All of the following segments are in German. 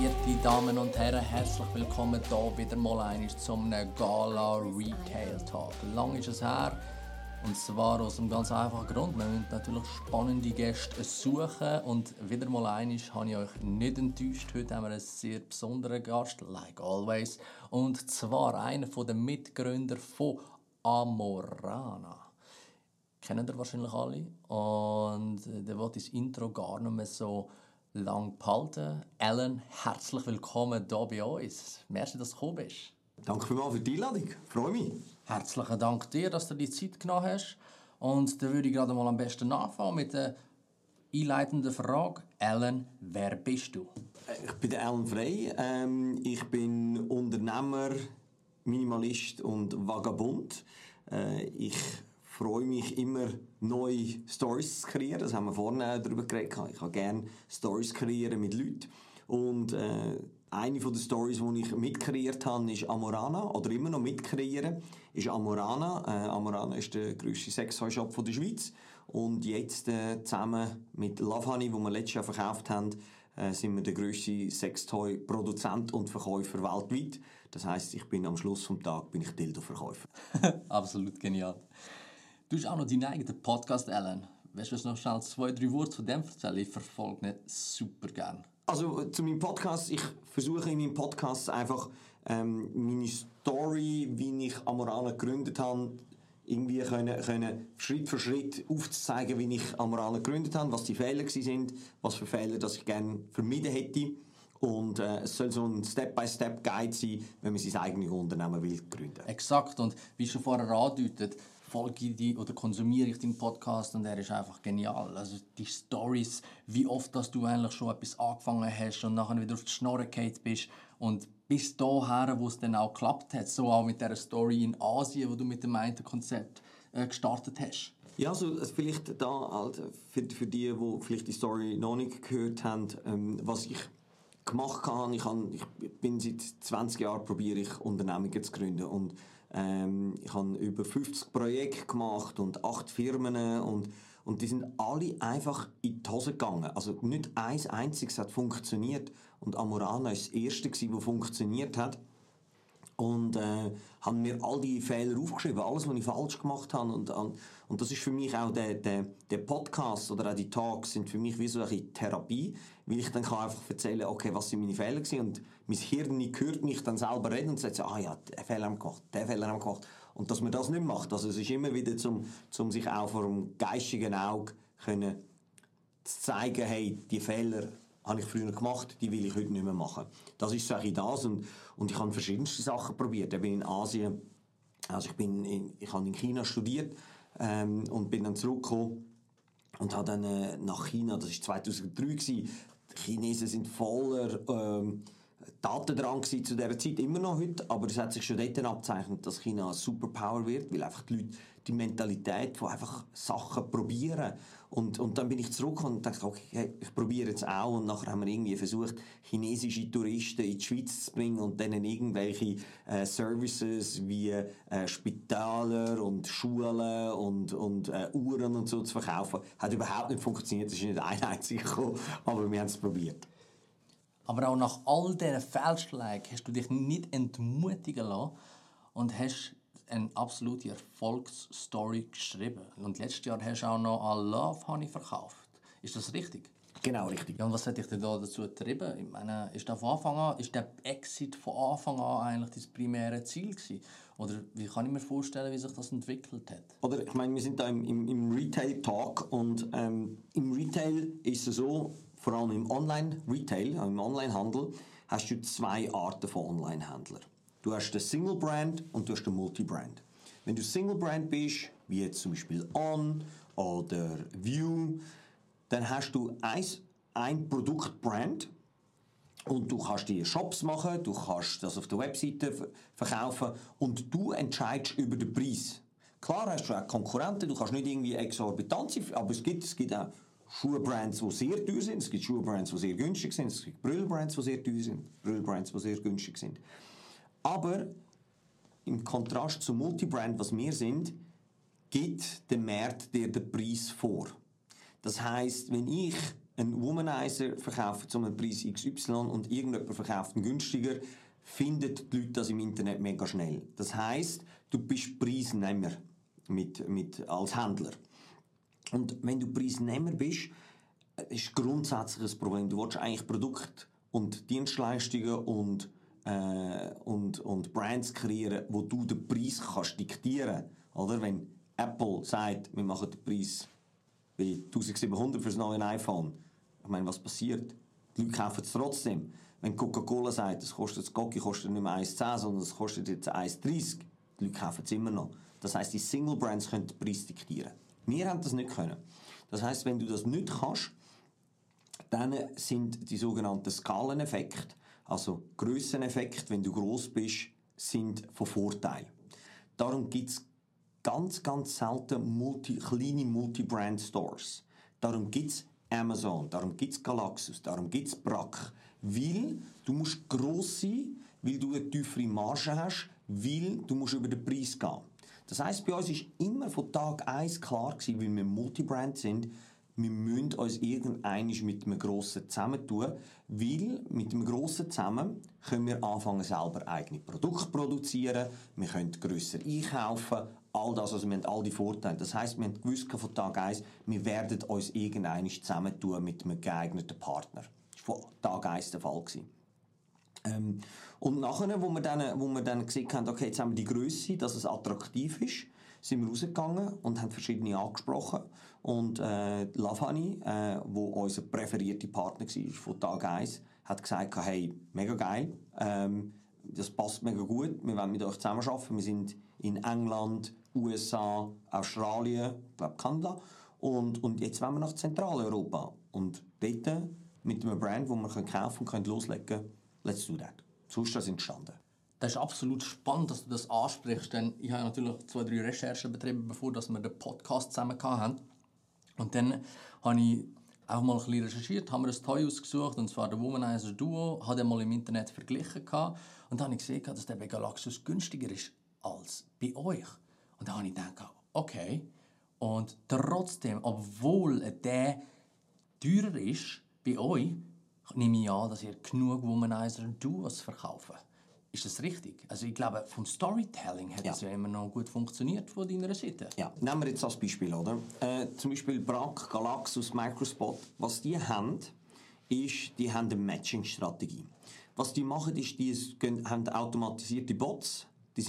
Verehrte Damen und Herren, herzlich willkommen hier wieder mal einmal zum Gala Retail Talk. Lang ist es her, und zwar aus einem ganz einfachen Grund. Wir müssen natürlich spannende Gäste suchen und wieder mal einmal habe ich euch nicht enttäuscht. Heute haben wir einen sehr besonderen Gast, like always, und zwar einer der Mitgründer von Amorana. Kennen ihr wahrscheinlich alle. Und der will das Intro gar nicht mehr so lang behalten. Alan, herzlich willkommen hier bei uns. Merci, dass du gekommen bist. Danke vielmals für die Einladung. Ich freue mich. Herzlichen Dank dir, dass du dir die Zeit genommen hast. Und dann würde ich gerade mal am besten anfangen mit der einleitenden Frage. Alan, wer bist du? Ich bin der Alan Frey. Ich bin Unternehmer, Minimalist und Vagabund. Ich freue mich immer, neue Stories zu kreieren. Das haben wir vorhin darüber geredet. Ich habe gerne Stories kreieren mit Leuten. Und eine der Stories, die ich mitkreiert habe, ist Amorana, oder immer noch mitkreieren, ist Amorana. Amorana ist der grösste Sextoy-Shop der Schweiz. Und jetzt zusammen mit Lovehoney, wo wir letztes Jahr verkauft haben, sind wir der grösste Sextoy-Produzent und Verkäufer weltweit. Das heisst, ich bin am Schluss des Tages Dildo-Verkäufer. Absolut genial. Du hast auch noch deinen eigenen Podcast, Alan. Willst du uns noch schnell 2-3 Worte zu dem erzählen? Ich verfolge ihn super gerne. Also zu meinem Podcast, ich versuche in meinem Podcast einfach meine Story, wie ich Amorana gegründet habe, irgendwie können Schritt für Schritt aufzuzeigen, wie ich Amorana gegründet habe, was die Fehler waren, was für Fehler dass ich gerne vermieden hätte. Und es soll so ein Step-by-Step-Guide sein, wenn man sein eigenes Unternehmen will gründen. Exakt. Und wie schon vorher angedeutet, folge ich oder konsumiere ich deinen Podcast und er ist einfach genial. Also die Stories, wie oft dass du eigentlich schon etwas angefangen hast und nachher wieder auf die Schnorre gefallen bist und bis dahin, wo es dann auch geklappt hat. So auch mit dieser Story in Asien, wo du mit dem einen Konzept gestartet hast. Ja, also vielleicht da halt für die vielleicht die Story noch nicht gehört haben, was ich gemacht habe. Ich bin seit 20 Jahren probiere ich Unternehmungen zu gründen und ich habe über 50 Projekte gemacht und 8 Firmen und die sind alle einfach in die Hose gegangen. Also nicht eins einziges hat funktioniert und Amorana war das erste, das funktioniert hat. Und haben mir all die Fehler aufgeschrieben, alles, was ich falsch gemacht habe. Und das ist für mich auch der Podcast oder auch die Talks sind für mich wie so eine Therapie, weil ich dann kann einfach erzählen, okay, was sind meine Fehler gewesen. Und mein Hirn hört mich dann selber reden und sagt so, ja, den Fehler haben wir gemacht. Und dass man das nicht macht. Also es ist immer wieder zum sich auch vor dem geistigen Auge können zu zeigen, hey, die Fehler habe ich früher gemacht, die will ich heute nicht mehr machen. Das ist so eigentlich das und ich habe verschiedenste Sachen probiert. Ich bin in Asien, also ich habe in China studiert und bin dann zurückgekommen und habe dann nach China, das war 2003 gewesen, die Chinesen sind voller Datendrang zu dieser Zeit, immer noch heute, aber es hat sich schon dort abgezeichnet, dass China ein Superpower wird, weil einfach die Leute die Mentalität von einfach Sachen probieren und dann bin ich zurückgekommen und dachte, okay, ich probiere jetzt auch und nachher haben wir irgendwie versucht, chinesische Touristen in die Schweiz zu bringen und denen irgendwelche Services wie Spitäler und Schulen und Uhren und so zu verkaufen. Hat überhaupt nicht funktioniert, es ist nicht ein einziger gekommen, aber wir haben es probiert. Aber auch nach all diesen Fehlschlägen hast du dich nicht entmutigen lassen und hast eine absolute Erfolgsstory geschrieben. Und letztes Jahr hast du auch noch an Lovehoney verkauft. Ist das richtig? Genau, richtig. Ja, und was hat dich denn da dazu getrieben? Ich meine, ist der Exit von Anfang an eigentlich das primäre Ziel gewesen? Oder wie kann ich mir vorstellen, wie sich das entwickelt hat? Oder ich meine, wir sind da im Retail-Talk und im Retail ist es so, vor allem im Online-Retail, im Online-Handel, hast du 2 Arten von Online-Händlern. Du hast den Single-Brand und du hast den Multi-Brand. Wenn du Single-Brand bist, wie jetzt zum Beispiel On oder View, dann hast du ein Produktbrand und du kannst die Shops machen, du kannst das auf der Webseite verkaufen und du entscheidest über den Preis. Klar hast du auch Konkurrenten, du kannst nicht irgendwie exorbitant sein, aber es gibt auch Schuhbrands, die sehr teuer sind, es gibt Schuhbrands, die sehr günstig sind, es gibt Brillbrands, die sehr teuer sind, Brillbrands, die sehr günstig sind. Aber im Kontrast zum Multibrand, was wir sind, gibt der Markt dir den Preis vor. Das heisst, wenn ich einen Womanizer verkaufen zu einem Preis XY und irgendjemand verkauft ihn günstiger, finden die Leute das im Internet mega schnell. Das heisst, du bist Preisnehmer als Händler. Und wenn du Preisnehmer bist, ist grundsätzlich ein Problem. Du willst eigentlich Produkte und Dienstleistungen und Brands kreieren, wo du den Preis kannst diktieren. Oder? Wenn Apple sagt, wir machen den Preis bei 1700 für das neue iPhone. Ich meine, was passiert? Die Leute kaufen es trotzdem. Wenn Coca-Cola sagt, das Coca kostet nicht mehr 1,10, sondern es kostet jetzt 1,30, die Leute kaufen es immer noch. Das heisst, die Single Brands können den Preis diktieren. Wir haben das nicht können. Das heisst, wenn du das nicht kannst, dann sind die sogenannten Skaleneffekte, also Grösseneffekte, wenn du gross bist, sind von Vorteil. Darum gibt es ganz, ganz selten kleine Multi-Brand-Stores. Darum gibt es Amazon, darum gibt es Galaxus, darum gibt es Brack. Weil du musst gross sein, weil du eine tiefere Marge hast, weil du musst über den Preis gehen. Das heisst, bei uns war immer von Tag 1 klar gewesen, weil wir Multibrand sind, wir müssen uns irgendeinmal mit einem Grossen zusammentun, weil mit einem Grossen zusammen können wir anfangen, selber eigene Produkte produzieren, wir können grösser einkaufen, all das, also wir haben all die Vorteile. Das heisst, wir haben gewusst von Tag 1, wir werden uns irgendeinmal zusammentun mit einem geeigneten Partner. Das war von Tag 1 der Fall gewesen. Und nachher, wo wir dann gesehen haben, okay, jetzt haben wir die Grösse, dass es attraktiv ist, sind wir rausgegangen und haben verschiedene angesprochen. Und Lavani, wo unser präferierter Partner war von Tag 1, hat gesagt, hey, mega geil, das passt mega gut, wir wollen mit euch zusammenarbeiten. Wir sind in England, USA, Australien, ich glaube Kanada und jetzt wollen wir nach Zentraleuropa. Und dort mit einem Brand, wo wir kaufen und loslegen können, let's do that. So ist das entstanden. Das ist absolut spannend, dass du das ansprichst, denn ich habe natürlich 2-3 Recherchen betrieben, bevor wir den Podcast zusammen hatten. Und dann habe ich auch mal ein bisschen recherchiert, haben wir ein Toy ausgesucht, und zwar der Womanizer Duo, habe mal im Internet verglichen und dann habe ich gesehen, dass der bei Galaxus günstiger ist als bei euch. Und dann habe ich gedacht, okay, und trotzdem, obwohl der teurer ist bei euch, nehme ich an, dass ihr genug Womanizer Duos verkauft. Ist das richtig? Also ich glaube, vom Storytelling hat es ja immer noch gut funktioniert von deiner Seite. Ja, nehmen wir jetzt als Beispiel, oder? Zum Beispiel Brack, Galaxus, Microspot. Was die haben, ist, die haben eine Matching-Strategie. Was die machen, ist, die haben automatisierte Bots. Die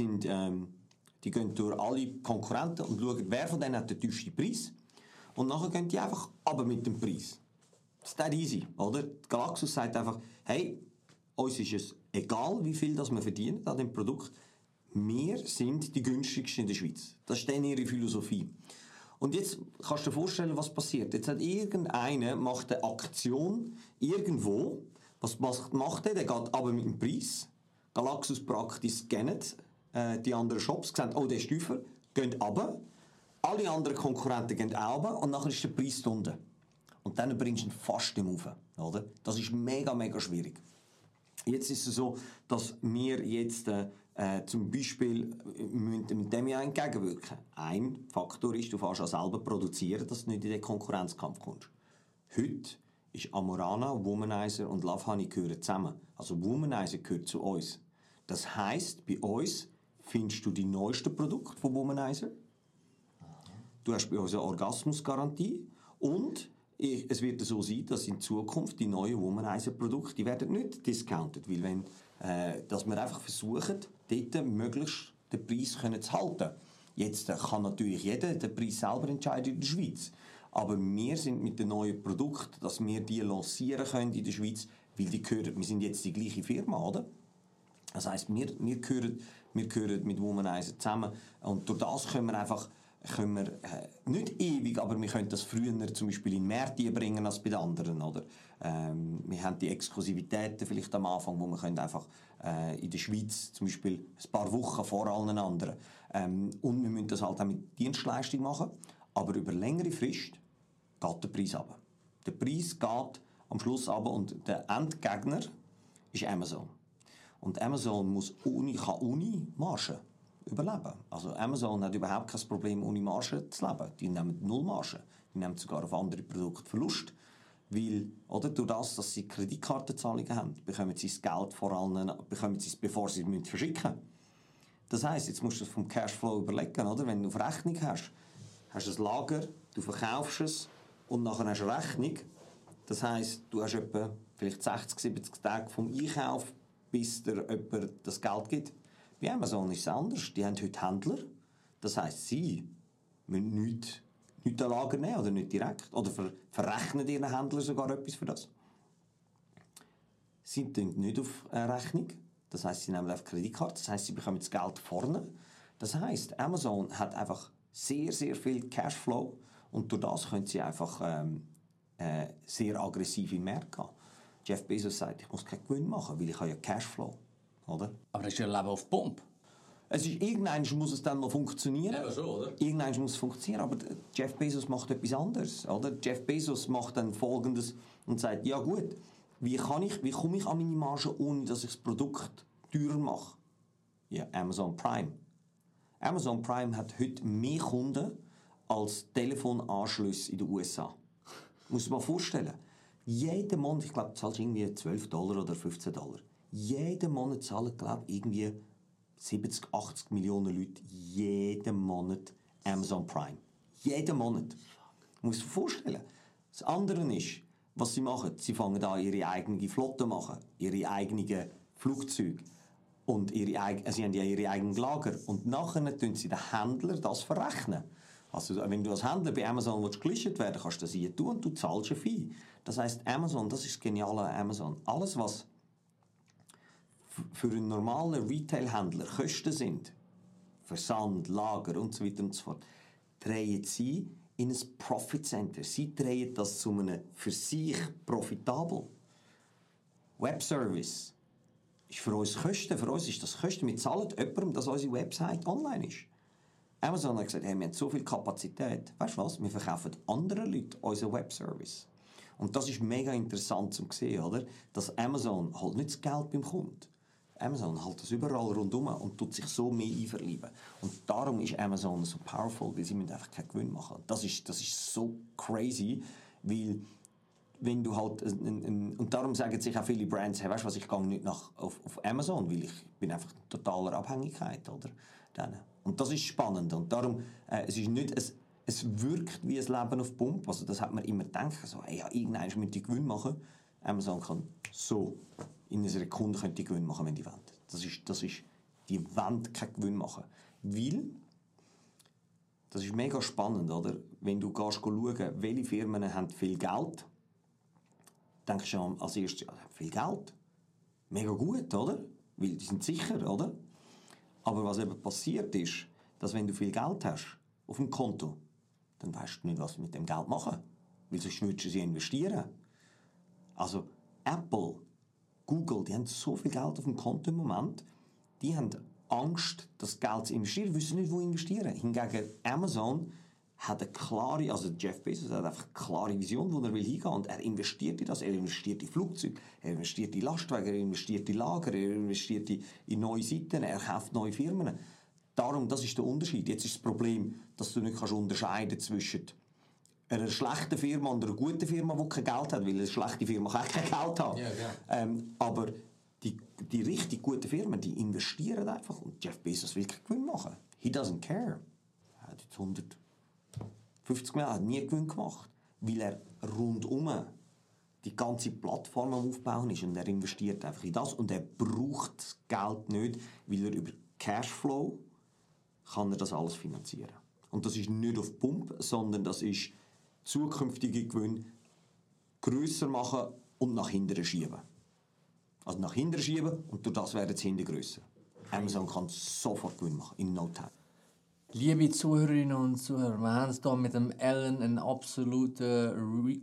gehen durch alle Konkurrenten und schauen, wer von denen hat den teuersten Preis. Und nachher gehen die einfach runter mit dem Preis. Das ist that easy, oder? Galaxus sagt einfach, hey, uns ist es egal, wie viel das wir verdienen an dem Produkt. Wir sind die günstigsten in der Schweiz. Das ist dann ihre Philosophie. Und jetzt kannst du dir vorstellen, was passiert. Jetzt hat irgendeiner macht eine Aktion irgendwo. Was macht der? Der geht aber mit dem Preis. Galaxus praktisch scannt die anderen Shops, sehen, oh, der ist tiefer, gehen runter. Alle anderen Konkurrenten gehen auch runter und nachher ist der Preis unten. Und dann bringst du ihn fast im Rauf, oder? Das ist mega, mega schwierig. Jetzt ist es so, dass wir jetzt zum Beispiel mit dem ja entgegenwirken. Ein Faktor ist, du fährst auch selber produzieren, dass du nicht in den Konkurrenzkampf kommst. Heute ist Amorana, Womanizer und Lavani gehören zusammen. Also Womanizer gehört zu uns. Das heisst, bei uns findest du die neuesten Produkte von Womanizer. Du hast bei uns eine Orgasmusgarantie und es wird so sein, dass in Zukunft die neuen Womanizer-Produkte, die werden nicht discounted, weil dass wir einfach versuchen, dort möglichst den Preis zu halten. Jetzt kann natürlich jeder den Preis selber entscheiden in der Schweiz. Aber wir sind mit den neuen Produkten, dass wir die lancieren können in der Schweiz, weil wir sind jetzt die gleiche Firma, oder? Das heisst, wir gehören mit Womanizer zusammen und durch das können wir nicht ewig, aber wir können das früher zum Beispiel in Märkte bringen als bei den anderen, oder? Wir haben die Exklusivitäten vielleicht am Anfang, wo wir einfach in der Schweiz zum Beispiel ein paar Wochen vor allen anderen. Und wir müssen das halt auch mit Dienstleistung machen, aber über längere Frist geht der Preis runter. Der Preis geht am Schluss runter und der Endgegner ist Amazon. Und Amazon kann ohne Marge überleben. Also Amazon hat überhaupt kein Problem, ohne Marge zu leben. Die nehmen null Marge. Die nehmen sogar auf andere Produkte Verlust. Weil, oder, durch das, dass sie Kreditkartenzahlungen haben, bekommen sie das Geld vor allem, bekommen sie es, bevor sie es verschicken müssen. Das heisst, jetzt musst du es vom Cashflow überlegen, oder? Wenn du auf Rechnung hast, hast du ein Lager, du verkaufst es und nachher hast du eine Rechnung. Das heisst, du hast etwa vielleicht 60, 70 Tage vom Einkauf, bis dir jemand das Geld gibt. Bei Amazon ist es anders. Die haben heute Händler. Das heisst, sie müssen nichts an Lager nehmen oder nicht direkt. Oder verrechnen ihren Händler sogar etwas für das. Sie tun nicht auf eine Rechnung. Das heisst, sie nehmen auf Kreditkarte. Das heisst, sie bekommen das Geld vorne. Das heisst, Amazon hat einfach sehr, sehr viel Cashflow und durch das können sie einfach sehr aggressiv im Markt gehen. Jeff Bezos sagt, ich muss keinen Gewinn machen, weil ich habe ja Cashflow. Oder? Aber das ist ja ein Leben auf Pump. Irgendwann muss es dann mal funktionieren. Ja, schon, oder? Irgendwann muss es funktionieren, aber Jeff Bezos macht etwas anderes. Oder? Jeff Bezos macht dann Folgendes und sagt, ja gut, wie komme ich an meine Marge, ohne dass ich das Produkt teurer mache? Ja, Amazon Prime. Amazon Prime hat heute mehr Kunden als Telefonanschlüsse in den USA. Muss man mal vorstellen. Jeden Monat, ich glaube, zahlst du irgendwie $12 oder $15. Jeden Monat zahlen, glaube ich, irgendwie 70, 80 Millionen Leute jeden Monat Amazon Prime. Jeden Monat. Muss man sich vorstellen. Das andere ist, was sie machen. Sie fangen an, ihre eigene Flotte zu machen, ihre eigenen Flugzeuge. Und sie haben ja ihre eigenen Lager. Und nachher tun sie den Händler das verrechnen. Also, wenn du als Händler bei Amazon gelistet werden kannst du das hier tun und du zahlst ein Fee. Das heisst, Amazon, das ist das Geniale an Amazon. Alles, was für einen normalen Retail-Händler Kosten sind, Versand, Lager und so weiter und so fort, drehen sie in ein Profit Center. Sie drehen das zu einem für sich profitabel. Webservice ist für uns Kosten. Für uns ist das Kosten. Wir zahlen jemandem, dass unsere Website online ist. Amazon hat gesagt, hey, wir haben so viel Kapazität. Weißt du was? Wir verkaufen anderen Leuten unseren Webservice. Und das ist mega interessant zu sehen, oder? Dass Amazon halt nicht das Geld beim Kunden. Amazon hält das überall rundum und tut sich so mehr einverleiben. Und darum ist Amazon so powerful, weil sie müssen einfach keinen Gewinn machen. Das ist so crazy, weil wenn du halt und darum sagen sich auch viele Brands, hey, weißt du was, ich gehe nicht auf Amazon, weil ich bin einfach in totaler Abhängigkeit, oder? Und das ist spannend und darum es ist nicht es wirkt wie ein Leben auf Pump, also das hat man immer gedacht, so, hey, ja, irgendwann müssen die Gewinn machen. Amazon kann so in einer Sekunde die Gewinn machen, wenn die wollen. Das ist die wollen keinen Gewinn machen, weil das ist mega spannend, oder? Wenn du gehst schauen, welche Firmen haben viel Geld, denkst du als erstes, ja, viel Geld. Mega gut, oder? Weil die sind sicher, oder? Aber was eben passiert ist, dass wenn du viel Geld hast auf dem Konto, dann weißt du nicht, was du mit dem Geld machen. Weil sonst würdest du sie investieren. Also Apple, Google, die haben so viel Geld auf dem Konto im Moment, die haben Angst, das Geld zu investieren, wissen nicht, wo investieren. Hingegen Amazon hat eine klare, also Jeff Bezos hat einfach eine klare Vision, wo er will hingehen und er investiert in das, er investiert in Flugzeuge, er investiert in Lastwagen, er investiert in Lager, er investiert in neue Seiten, er kauft neue Firmen. Darum, das ist der Unterschied. Jetzt ist das Problem, dass du nicht kannst unterscheiden zwischen einer schlechten Firma und einer guten Firma, die kein Geld hat, weil eine schlechte Firma kann kein Geld haben. Ja. Aber die richtig guten Firmen, die investieren einfach und Jeff Bezos will keinen Gewinn machen. He doesn't care. Er hat jetzt 150 Millionen, hat nie Gewinn gemacht, weil er rundum die ganze Plattform am Aufbauen ist und er investiert einfach in das und er braucht das Geld nicht, weil er über Cashflow kann er das alles finanzieren. Und das ist nicht auf Pump, sondern das ist zukünftige Gewinne grösser machen und nach hinten schieben. Also nach hinten schieben und durch das werden sie hinten grösser. Amazon kann sofort Gewinn machen, in no time. Liebe Zuhörerinnen und Zuhörer, wir haben es hier mit dem Alan, einen absoluten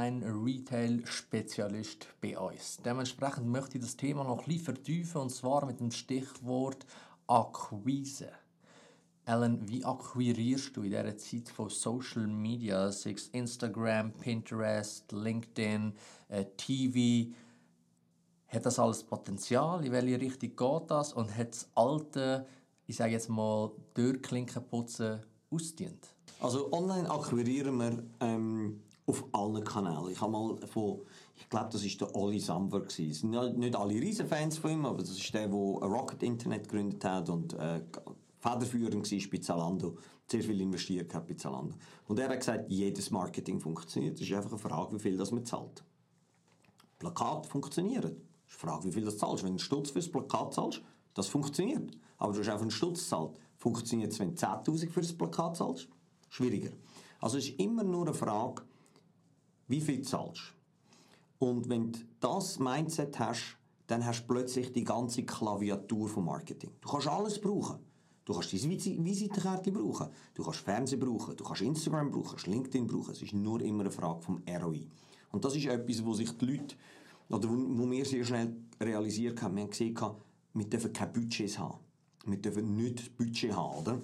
Online-Retail-Spezialist bei uns. Dementsprechend möchte ich das Thema noch ein bisschen vertiefen, und zwar mit dem Stichwort Akquise. Alan, wie akquirierst du in dieser Zeit von Social Media, sei es Instagram, Pinterest, LinkedIn, TV? Hat das alles Potenzial? In welche Richtung geht das? Und hat das alte, ich sage jetzt mal, Türklinkenputzen ausgedient? Also online akquirieren wir Auf allen Kanälen. Ich glaube, das war der Olli Samwer. Es sind nicht alle Riesenfans von ihm, aber das ist der Rocket Internet gegründet hat und federführend war bei Zalando. Sehr viel investiert hat bei Zalando. Und er hat gesagt, jedes Marketing funktioniert. Es ist einfach eine Frage, wie viel das man zahlt. Plakate funktionieren. Es ist eine Frage, wie viel das zahlst. Wenn du einen Stutz für das Plakat zahlst, das funktioniert. Aber du hast einfach einen Stutz gezahlt. Funktioniert es, wenn du 10'000 für das Plakat zahlst? Schwieriger. Also es ist immer nur eine Frage, wie viel zahlst. Und wenn du das Mindset hast, dann hast du plötzlich die ganze Klaviatur vom Marketing. Du kannst alles brauchen. Du kannst dein Visitenkärtchen brauchen, du kannst Fernsehen brauchen, du kannst Instagram brauchen, du kannst LinkedIn brauchen. Es ist nur immer eine Frage vom ROI. Und das ist etwas, wo sich die Leute, oder wo wir sehr schnell realisiert haben, wir haben gesehen, wir dürfen keine Budgets haben. Wir dürfen nicht Budget haben, oder?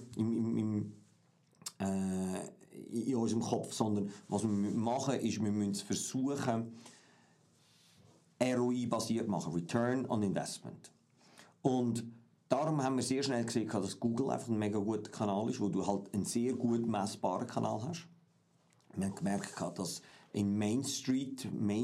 In unserem Kopf, sondern was wir machen, ist, wir müssen versuchen, ROI-basiert machen, Return on Investment. Und darum haben wir sehr schnell gesehen, dass Google einfach ein mega guter Kanal ist, wo du halt einen sehr gut messbaren Kanal hast. Wir haben gemerkt, dass in Mainstream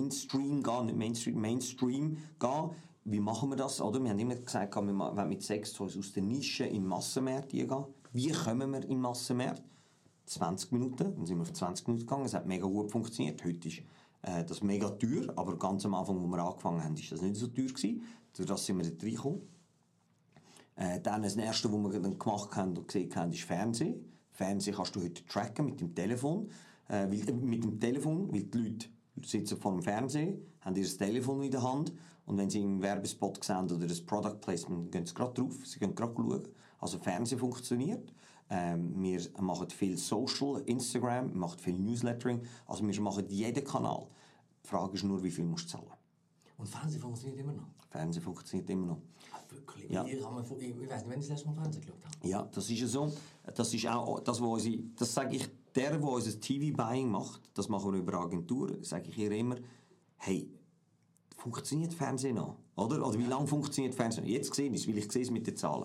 gehen. Wie machen wir das? Oder? Wir haben immer gesagt, wir wollen mit Sex Toys aus der Nische in Massenmärkte gehen. Wie kommen wir in Massenmärkte? 20 Minuten. Dann sind wir auf 20 Minuten gegangen. Es hat mega gut funktioniert. Heute ist das mega teuer, aber ganz am Anfang, wo wir angefangen haben, ist das nicht so teuer gewesen. Durch das sind wir dort reingekommen. Dann das erste, was wir dann gemacht haben und gesehen haben, ist Fernsehen. Fernsehen kannst du heute tracken mit dem Telefon. Weil die Leute sitzen vor dem Fernsehen, haben ihr Telefon in der Hand und wenn sie einen Werbespot sehen oder ein Product Placement, gehen sie gerade drauf, sie gehen gerade schauen. Also Fernsehen funktioniert. Wir machen viel Social, Instagram, wir machen viel Newslettering, also wir machen jeden Kanal. Die Frage ist nur, wie viel musst du zahlen. Und Fernsehen funktioniert immer noch? Fernsehen funktioniert immer noch. Wirklich? Ja. Ich weiß nicht, wenn ich das letzte Mal Fernsehen geschaut habe. Ja, das ist ja so. Das ist auch das, das sage ich, der unser TV-Buying macht, das machen wir über Agenturen, sage ich ihr immer, hey, funktioniert Fernsehen noch? Oder wie lange funktioniert Fernsehen noch? Jetzt sehe ich es, weil ich sehe es mit den Zahlen.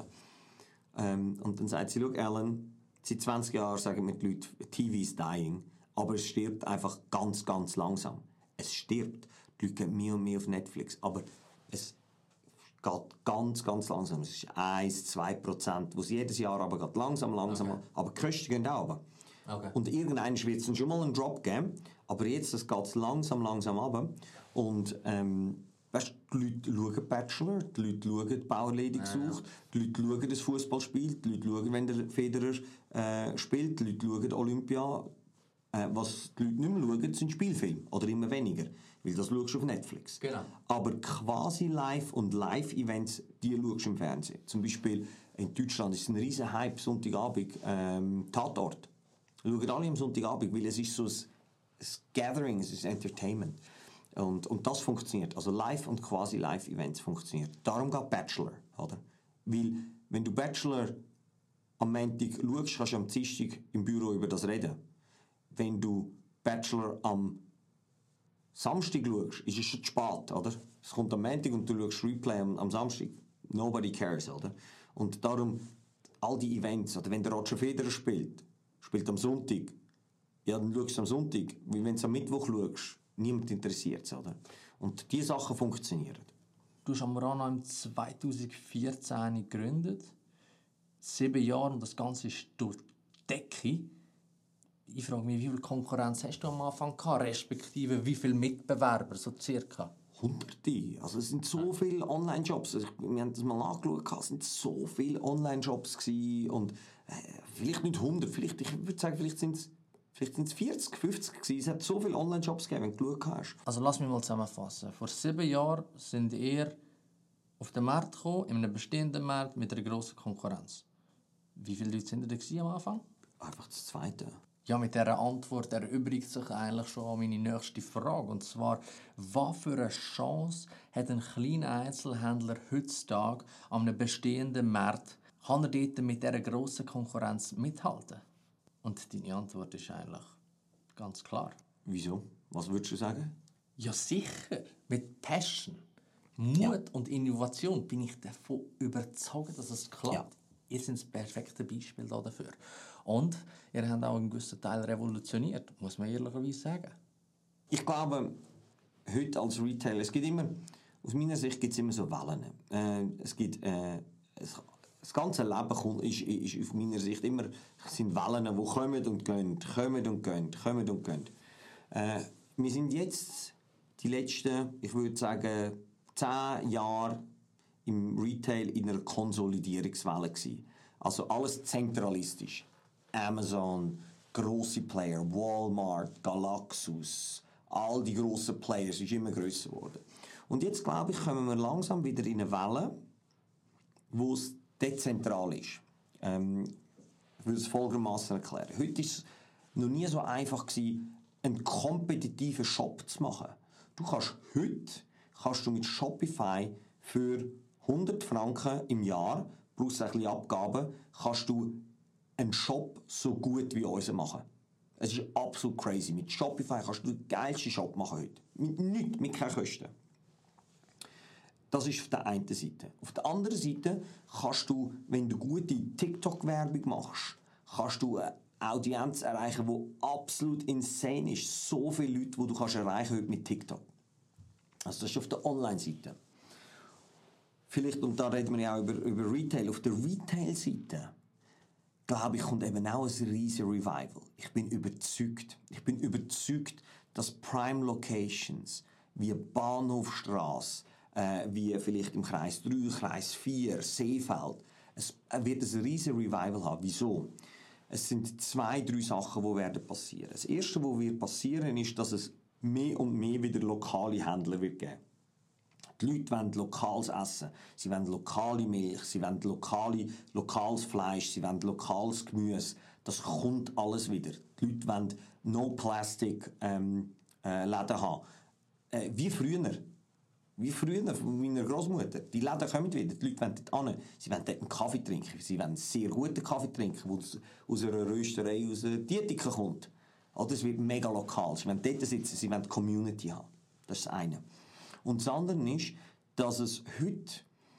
Und dann sagt sie, schau, Alan, seit 20 Jahren sagen mir die Leute, TV is dying, aber es stirbt einfach ganz, ganz langsam. Es stirbt. Die Leute gehen mehr und mehr auf Netflix, aber es geht ganz, ganz langsam. Es ist 1-2%, wo es jedes Jahr aber geht langsam. Okay. Aber die Kosten gehen auch runter. Okay. Und irgendwann wird es schon mal einen Drop geben, aber jetzt geht es langsam runter. Und weißt, die Leute schauen Bachelor, die Leute schauen die Bauerledig sucht, die Leute schauen das Fußballspiel, die Leute schauen, wenn der Federer spielt, die Leute schauen Olympia. Was die Leute nicht mehr schauen, sind Spielfilme. Oder immer weniger. Weil das schaust du auf Netflix. Genau. Aber quasi live und Live-Events, die schaust du im Fernsehen. Zum Beispiel in Deutschland ist es ein riesen Hype, Sonntagabend, Tatort. Schauen alle am Sonntagabend, weil es ist so ein Gathering, es ist Entertainment. Und das funktioniert. Also Live- und quasi Live-Events funktioniert. Darum geht Bachelor. Oder? Weil, wenn du Bachelor am Montag schaust, kannst du am Dienstag im Büro über das reden. Wenn du Bachelor am Samstag schaust, ist es schon zu spät, oder? Es kommt am Montag und du schaust Replay am Samstag. Nobody cares, oder? Und darum, all die Events, oder wenn der Roger Federer spielt am Sonntag, ja, dann schaust du am Sonntag. Weil wenn du am Mittwoch schaust, niemand interessiert es, oder? Und diese Sachen funktionieren. Du hast Amorana im 2014 gegründet. 7 Jahre und das Ganze ist durch die Decke. Ich frage mich, wie viel Konkurrenz hast du am Anfang gehabt, respektive wie viele Mitbewerber, so circa? Hunderte. Also es sind so viele Online-Jobs. Also wir haben das mal angeschaut, es sind so viele Online-Jobs gewesen. Und vielleicht nicht 100, ich würde sagen, vielleicht sind es 40, 50 gewesen. Es hat so viele Online-Jobs gegeben, wenn du geschaut hast. Also lass mich mal zusammenfassen. Vor 7 Jahren sind ihr auf den Markt gekommen, in einem bestehenden Markt mit einer grossen Konkurrenz. Wie viele Leute sind da am Anfang? Einfach das Zweite. Ja, mit dieser Antwort erübrigt sich eigentlich schon meine nächste Frage. Und zwar, was für eine Chance hat ein kleiner Einzelhändler heutzutage an einem bestehenden Markt? Kann er dort mit dieser grossen Konkurrenz mithalten? Und deine Antwort ist eigentlich ganz klar. Wieso? Was würdest du sagen? Ja, sicher. Mit Passion, Mut und Innovation bin ich davon überzeugt, dass es klappt. Ja. Ihr seid das perfekte Beispiel dafür. Und ihr habt auch einen gewissen Teil revolutioniert, muss man ehrlicherweise sagen. Ich glaube, heute als Retailer, aus meiner Sicht gibt es immer so Wellen. Das ganze Leben ist aus meiner Sicht immer, sind Wellen, die kommen und gehen, kommen und gehen, kommen und gehen. Wir sind jetzt die letzten, ich würde sagen, 10 Jahre im Retail in einer Konsolidierungswelle gewesen. Also alles zentralistisch. Amazon, grosse Player, Walmart, Galaxus, all die grossen Players, ist immer grösser geworden. Und jetzt, glaube ich, kommen wir langsam wieder in eine Welle, wo es dezentral ist. Ich würde es folgendermaßen erklären. Heute war es noch nie so einfach gewesen, einen kompetitiven Shop zu machen. Heute mit Shopify für 100 Franken im Jahr, plus ein bisschen Abgaben, kannst du einen Shop so gut wie unseren machen. Es ist absolut crazy. Mit Shopify kannst du den geilsten Shop machen heute. Mit keinen Kosten. Das ist auf der einen Seite. Auf der anderen Seite kannst du, wenn du gute TikTok-Werbung machst, kannst du eine Audienz erreichen, die absolut insane ist. So viele Leute, die du kannst erreichen heute mit TikTok. Also das ist auf der Online-Seite. Vielleicht, und da reden wir ja auch über Retail, auf der Retail-Seite, glaube ich, kommt eben auch ein riesen Revival. Ich bin überzeugt, dass Prime Locations wie Bahnhofstrasse, wie vielleicht im Kreis 3, Kreis 4, Seefeld, es wird ein riesen Revival haben. Wieso? Es sind 2, 3 Sachen, die werden passieren. Das Erste, was wird passieren, ist, dass es mehr und mehr wieder lokale Händler wird geben. Die Leute wollen lokales Essen, sie wollen lokale Milch, sie wollen lokales Fleisch, sie wollen lokales Gemüse. Das kommt alles wieder. Die Leute wollen No-Plastic-Läden haben. Wie früher von meiner Großmutter. Die Läden kommen wieder, die Leute wollen dort hin. Sie wollen dort einen Kaffee trinken. Sie wollen einen sehr guten Kaffee trinken, der aus einer Rösterei, aus Dietiken kommt. Oder es wird mega lokal. Sie wollen dort sitzen, sie wollen die Community haben. Das ist das eine. Und das andere ist, dass es heute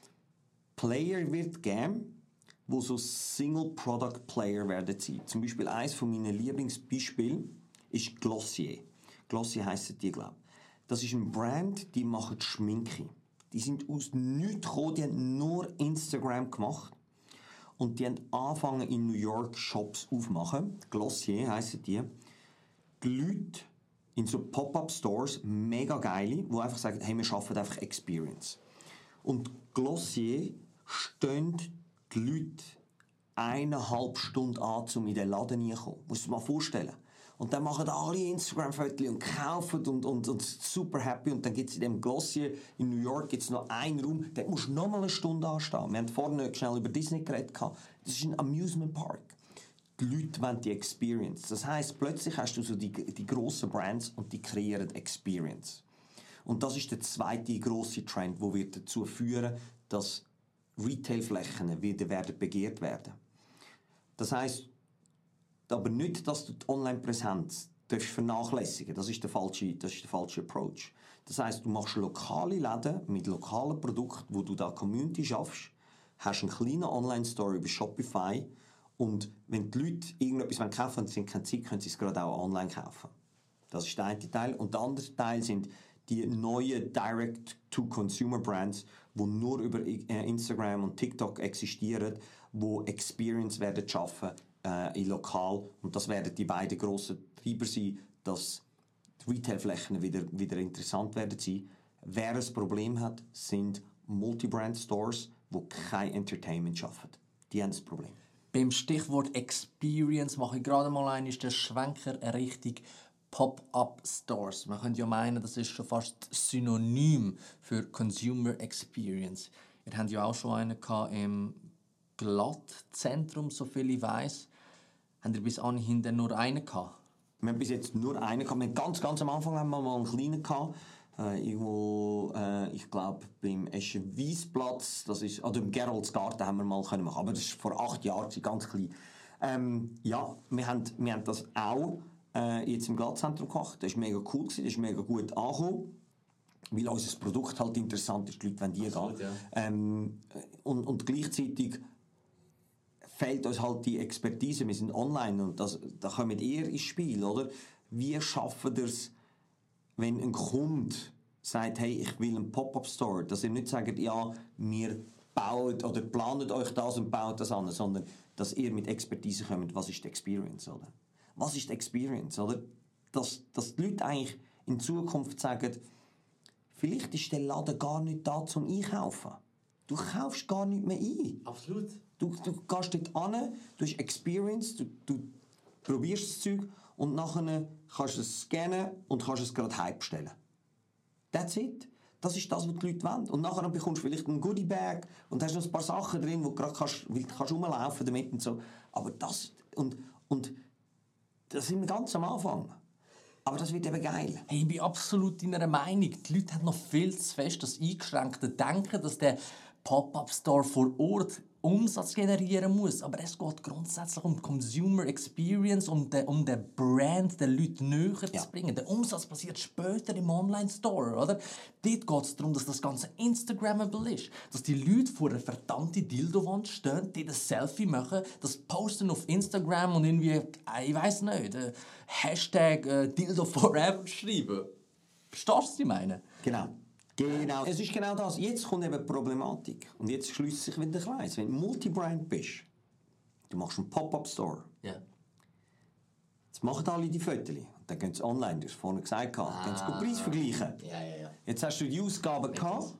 Player wird geben, wo so Single-Product-Player werden sein. Zum Beispiel eines von meinen Lieblingsbeispielen ist Glossier. Glossier heisst die, glaube ich. Das ist ein Brand, die machen Schminke. Die sind aus nichts gekommen, die haben nur Instagram gemacht. Und die haben angefangen in New York Shops aufmachen. Glossier heissen die. Die Leute in so Pop-up-Stores, mega geile, die einfach sagen, hey, wir schaffen einfach Experience. Und Glossier stehen die Leute 1,5 Stunden an, um in den Laden reinzukommen. Musst du dir mal vorstellen. Und dann machen alle Instagram-Fotos und kaufen und super happy. Und dann gibt es in dem Glossier in New York gibt's noch einen Raum, da musst du noch mal eine Stunde anstehen. Wir haben vorhin schnell über Disney geredet. Das ist ein Amusement Park. Die Leute wollen die Experience. Das heisst, plötzlich hast du so die grossen Brands und die kreieren Experience. Und das ist der zweite grosse Trend, der wird dazu führen, dass Retailflächen wieder begehrt werden. Das heisst, aber nicht, dass du die Online-Präsenz vernachlässigen darfst. Das ist der falsche Approach. Das heisst, du machst lokale Läden mit lokalen Produkten, wo du da Community schaffst, hast einen kleinen Online-Store über Shopify und wenn die Leute irgendetwas kaufen wollen und sie haben keine Zeit, können sie es gerade auch online kaufen. Das ist der eine Teil. Und der andere Teil sind die neuen Direct-to-Consumer-Brands, die nur über Instagram und TikTok existieren, die Experience werden schaffen in lokal. Und das werden die beiden grossen Treiber sein, dass die Retailflächen wieder interessant werden sein. Wer ein Problem hat, sind Multi-Brand-Stores, die kein Entertainment schaffen. Die haben das Problem. Beim Stichwort Experience mache ich gerade mal einen Schwenker Richtung Pop-up-Stores. Man könnte ja meinen, das ist schon fast Synonym für Consumer Experience. Ihr habt ja auch schon einen im Glattzentrum, so viel ich weiss. Habt ihr bis anhin nur einen gehabt? Wir haben bis jetzt nur einen gehabt. Wir haben ganz am Anfang haben wir mal einen kleinen gehabt. Irgendwo, ich glaube, beim Eschenwiesplatz, das ist, oder im Geroldsgarten haben wir mal können machen. Aber das ist vor 8 Jahren, ganz klein. Ja, wir haben das auch jetzt im Glattzentrum gemacht. Das war mega cool, das ist mega gut angekommen. Weil unser Produkt halt interessant ist, die Leute wollen die gehen. Ja. Und gleichzeitig fehlt uns halt die Expertise. Wir sind online und da kommt ihr ins Spiel, oder? Wie schaffen wir es, wenn ein Kunde sagt, hey, ich will einen Pop-Up-Store, dass ihr nicht sagt, ja, wir bauen oder planet euch das und baut das an, sondern dass ihr mit Expertise kommt, was ist die Experience, oder? Was ist die Experience, oder? Dass die Leute eigentlich in Zukunft sagen, vielleicht ist der Laden gar nicht da zum Einkaufen. Du kaufst gar nicht mehr ein. Absolut. Du gehst dort hin, du hast Experience, du probierst das Zeug und nachher kannst du es scannen und kannst es gerade heimstellen. That's it. Das ist das, was die Leute wollen. Und nachher bekommst du vielleicht einen Goodie-Bag und hast noch ein paar Sachen drin, wo du gerade kannst rumlaufen damit und so. Aber das, und das sind wir ganz am Anfang. Aber das wird eben geil. Hey, ich bin absolut deiner Meinung. Die Leute haben noch viel zu fest das eingeschränkte Denken, dass der Pop-Up-Store vor Ort Umsatz generieren muss. Aber es geht grundsätzlich um Consumer Experience, um den Brand den Leuten näher zu bringen. Der Umsatz passiert später im Online-Store, oder? Dort geht es darum, dass das Ganze Instagrammable ist. Dass die Leute vor einer verdammten Dildo-Wand stehen, die das Selfie machen, das posten auf Instagram und irgendwie, ich weiß nicht, Hashtag Dildo Forever schreiben. Verstehst du, was ich meine? Genau. Genau, es ist genau das. Jetzt kommt eben die Problematik. Und jetzt schließt sich wieder der Kreis. Wenn du Multibrand bist, du machst einen Pop-Up-Store. Ja. Jetzt machen alle die Fotos. Dann gehen sie online, du hast vorhin gesagt, dann gehen sie den Preis vergleichen. Ja. Jetzt hast du die Ausgaben gehabt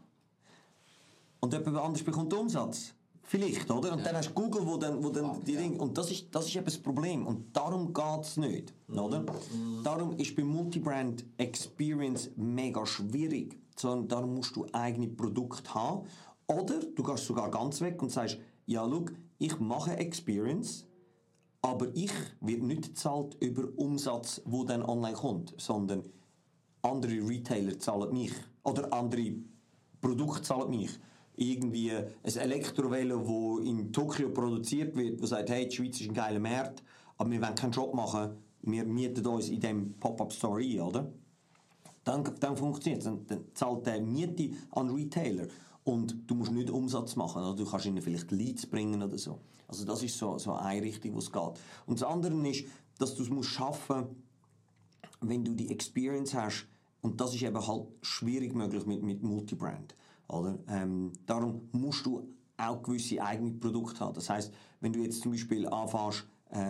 und jemand anders bekommt Umsatz. Vielleicht, oder? Und dann hast du Google, wo dann die Dinge... Und das ist eben das Problem. Und darum geht es nicht, oder? Darum ist bei Multibrand Experience mega schwierig. Sondern darum musst du eigene Produkte haben. Oder du gehst sogar ganz weg und sagst, ja, schau, ich mache Experience, aber ich werde nicht bezahlt über Umsatz, der dann online kommt, sondern andere Retailer zahlen mich. Oder andere Produkte zahlen mich. Irgendwie ein Elektrovelo, das in Tokio produziert wird, das sagt, hey, die Schweiz ist ein geiler Markt, aber wir wollen keinen Job machen, wir mieten uns in diesem Pop-Up-Store ein, oder? Dann funktioniert es. Dann zahlt der Miete an Retailer. Und du musst nicht Umsatz machen. Oder? Du kannst ihnen vielleicht Leads bringen oder so. Also das ist so eine Richtung, wo es geht. Und das andere ist, dass du es schaffen musst, wenn du die Experience hast. Und das ist eben halt schwierig möglich mit Multibrand. Oder? Darum musst du auch gewisse eigene Produkte haben. Das heisst, wenn du jetzt zum Beispiel anfängst,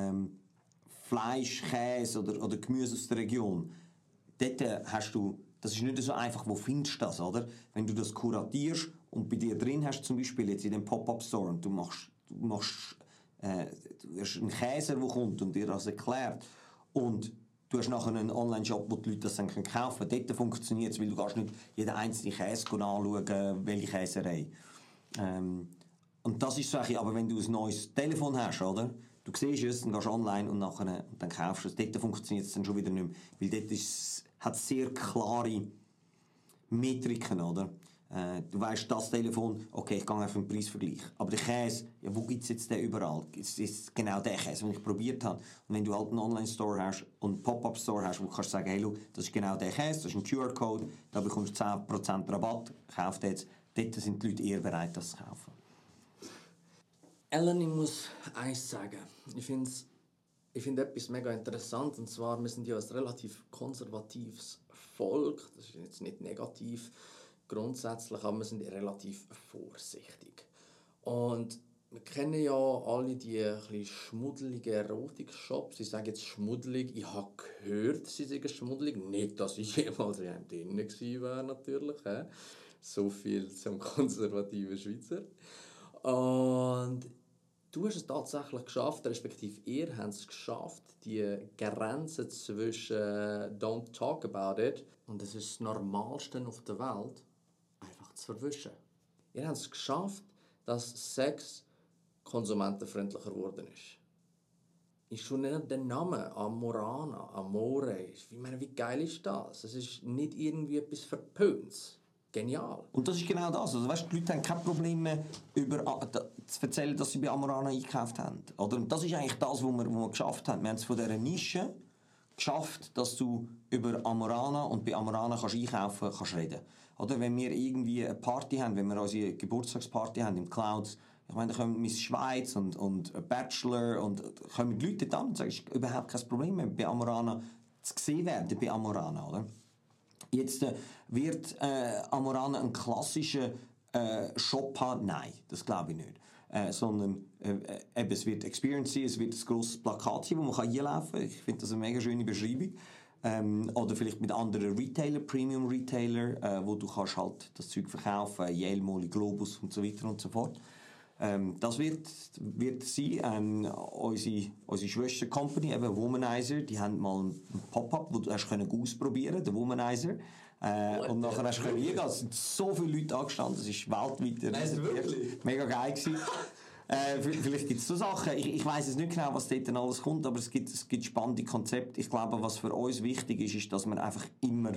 Fleisch, Käse oder Gemüse aus der Region, dort hast du, das ist nicht so einfach, wo findest du das, oder? Wenn du das kuratierst und bei dir drin hast, zum Beispiel jetzt in dem Pop-Up-Store und du hast einen Käse, der kommt und dir das erklärt und du hast nachher einen Online-Shop, wo die Leute das dann kaufen können, dort funktioniert es, weil du kannst nicht jeden einzelnen Käse anschauen, welche Käserei. Und das ist so, aber wenn du ein neues Telefon hast, oder? Du siehst es, dann gehst du online und dann kaufst du es. Dort funktioniert es dann schon wieder nicht mehr. Weil dort hat es sehr klare Metriken, oder? Du weißt, das Telefon, okay, ich gehe einfach einen Preisvergleich. Aber der Käse, ja, wo gibt es jetzt den überall? Es ist genau der Käse, den ich probiert habe. Und wenn du halt einen Online-Store hast und einen Pop-Up-Store hast, wo du kannst sagen, hey, schau, das ist genau der Käse, das ist ein QR-Code, da bekommst du 10% Rabatt, kauf den jetzt. Dort sind die Leute eher bereit, das zu kaufen. Ellen, ich muss eins sagen. Ich finde etwas mega interessant, und zwar, wir sind ja ein relativ konservatives Volk, das ist jetzt nicht negativ grundsätzlich, aber wir sind relativ vorsichtig. Und wir kennen ja alle die etwas schmuddeligen Erotik-Shops. Ich sage jetzt schmuddelig, ich habe gehört, sie sind schmuddelig. Nicht, dass ich jemals in einem drin gewesen wäre, natürlich. So viel zum konservativen Schweizer. Und du hast es tatsächlich geschafft, respektive ihr habt es geschafft, die Grenze zwischen «Don't talk about it» und «Das ist das Normalste auf der Welt» einfach zu verwischen. Ihr habt es geschafft, dass Sex konsumentenfreundlicher geworden ist. Ich schon nicht den Namen Amorana, Amore. Ich meine, wie geil ist das? Es ist nicht irgendwie etwas Verpöntes. Genial. Und das ist genau das. Also, weißt, die Leute haben kein Problem mehr, zu erzählen, dass sie bei Amorana eingekauft haben. Oder? Und das ist eigentlich das, was wir geschafft haben. Wir haben es von dieser Nische geschafft, dass du über Amorana und bei Amorana kannst einkaufen kannst reden. Oder wenn wir irgendwie eine Party haben, wenn wir unsere Geburtstagsparty haben im Clouds, ich meine, da kommen Miss Schweiz und Bachelor und kommen die Leute dann und sagen, es ist überhaupt kein Problem mehr bei Amorana zu gesehen werden, bei Amorana, oder? Jetzt wird Amorana einen klassischen Shop haben? Nein, das glaube ich nicht. Sondern eben, es wird Experience sein, es wird ein grosses Plakat sein, wo man einlaufen kann. Ich finde das eine mega schöne Beschreibung. Oder vielleicht mit anderen Retailer, Premium-Retailer, wo du kannst halt das Zeug verkaufen, Yale, Molly, Globus und so weiter und so fort. Das wird sein. Unsere Schwester-Company, eben Womanizer, die haben mal einen Pop-up, wo du hast ausprobieren konntest, den Womanizer. Und nachher hast du hingehen. Es sind so viele Leute angestanden, es war weltweit mega geil gewesen. Vielleicht gibt es so Sachen, ich weiss es nicht genau, was dort alles kommt, aber es gibt spannende Konzepte. Ich glaube, was für uns wichtig ist, dass wir einfach immer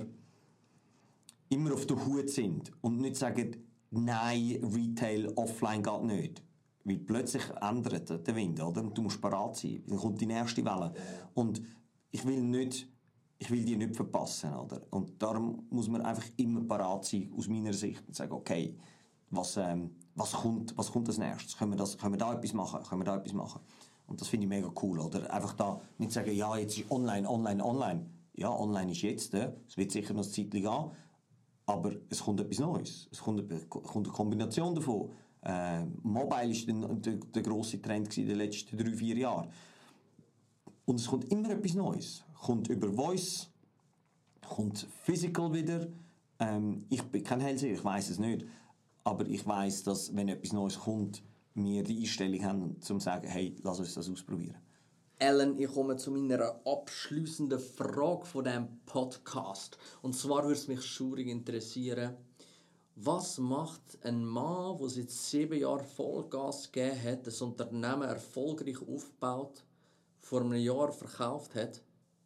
auf der Hut sind und nicht sagen, nein, Retail offline geht nicht. Weil plötzlich ändert der Wind, oder? Und du musst parat sein. Dann kommt die nächste Welle. Und ich will die nicht verpassen, oder? Und darum muss man einfach immer parat sein, aus meiner Sicht, und sagen, okay, was kommt als nächstes? Können wir da etwas machen? Und das finde ich mega cool, oder? Einfach da nicht sagen, ja, jetzt ist online. Ja, online ist jetzt, es wird sicher noch eine Zeit gehen, aber es kommt etwas Neues. Es kommt eine Kombination davon. Mobile war der grosse Trend in den letzten 3-4 Jahren. Und es kommt immer etwas Neues. Kommt über Voice, kommt Physical wieder. Ich bin kein Hellseher, ich weiss es nicht. Aber ich weiss, dass, wenn etwas Neues kommt, wir die Einstellung haben, um zu sagen, hey, lass uns das ausprobieren. Alan, ich komme zu meiner abschliessenden Frage von diesem Podcast. Und zwar würde es mich schaurig interessieren, was macht ein Mann, der seit 7 Jahren Vollgas gegeben hat, das Unternehmen erfolgreich aufgebaut, vor einem Jahr verkauft hat,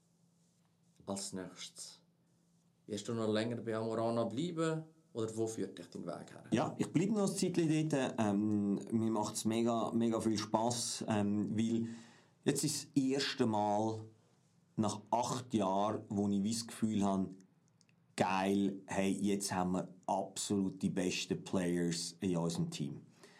als nächstes? Wirst du noch länger bei Amorana bleiben? Oder wo führt dich dein Weg her? Ja, ich bleibe noch ein Zeitchen dort. Mir macht es mega, mega viel Spass, weil jetzt ist das erste Mal nach 8 Jahren, wo ich das Gefühl habe, geil, hey, jetzt haben wir absolut die besten Players in unserem Team.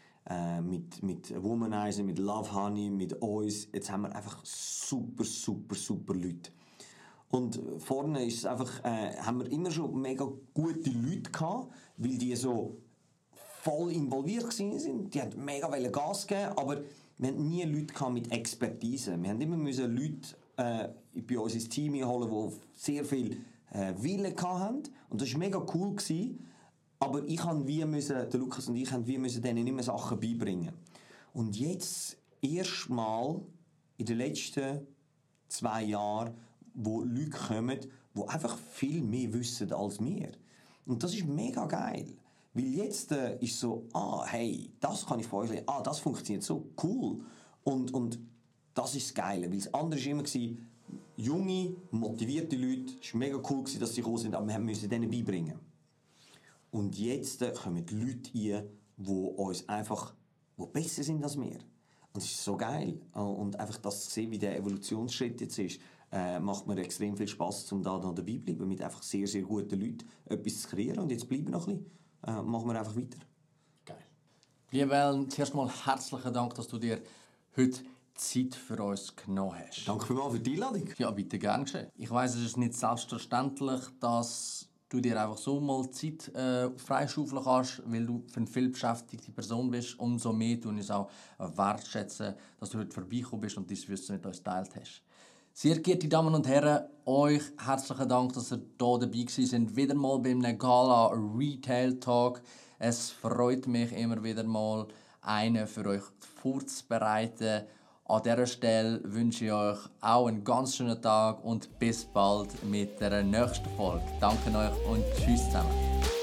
Mit Womanizer, mit Love Honey, mit uns. Jetzt haben wir einfach super Leute. Und vorne ist es einfach, haben wir immer schon mega gute Leute gehabt, weil die so voll involviert sind. Die haben mega Gas geben, aber wir hatten nie Leute mit Expertise. Wir haben immer Leute bei uns ins Team holen, die sehr viel Wille hatten. Und das war mega cool gewesen. Aber der Lukas und ich mussten denen immer Sachen beibringen. Und jetzt erstmal in den letzten 2 Jahren, wo Leute kommen, die einfach viel mehr wissen als wir. Und das ist mega geil. Weil jetzt ist so, hey, das kann ich von euch lernen, das funktioniert so cool. Und das ist das Geile. Weil das andere war immer, junge, motivierte Leute, es war mega cool, dass sie gekommen sind, aber wir mussten denen beibringen. Und jetzt kommen Leute rein, die uns einfach, die besser sind als wir. Und es ist so geil. Und einfach das zu sehen, wie der Evolutionsschritt jetzt ist, macht mir extrem viel Spass, um da dabei zu bleiben, mit einfach sehr, sehr guten Leuten etwas zu kreieren. Und jetzt bleiben wir noch ein bisschen, machen wir einfach weiter. Geil. Lieber Alan, zuerst mal herzlichen Dank, dass du dir heute Zeit für uns genommen hast. Danke vielmals für die Einladung. Ja, bitte, gern geschehen. Ich weiss, es ist nicht selbstverständlich, dass du dir einfach so mal Zeit freischaufeln kannst, weil du für eine vielbeschäftigte Person bist. Umso mehr tun es auch wertschätzen, dass du heute vorbeigekommen bist und dieses Wissen mit uns geteilt hast. Sehr geehrte Damen und Herren, euch herzlichen Dank, dass ihr hier dabei seid. Wieder mal bei einem Gala Retail Talk. Es freut mich immer wieder mal, einen für euch vorzubereiten. An dieser Stelle wünsche ich euch auch einen ganz schönen Tag und bis bald mit der nächsten Folge. Danke euch und tschüss zusammen.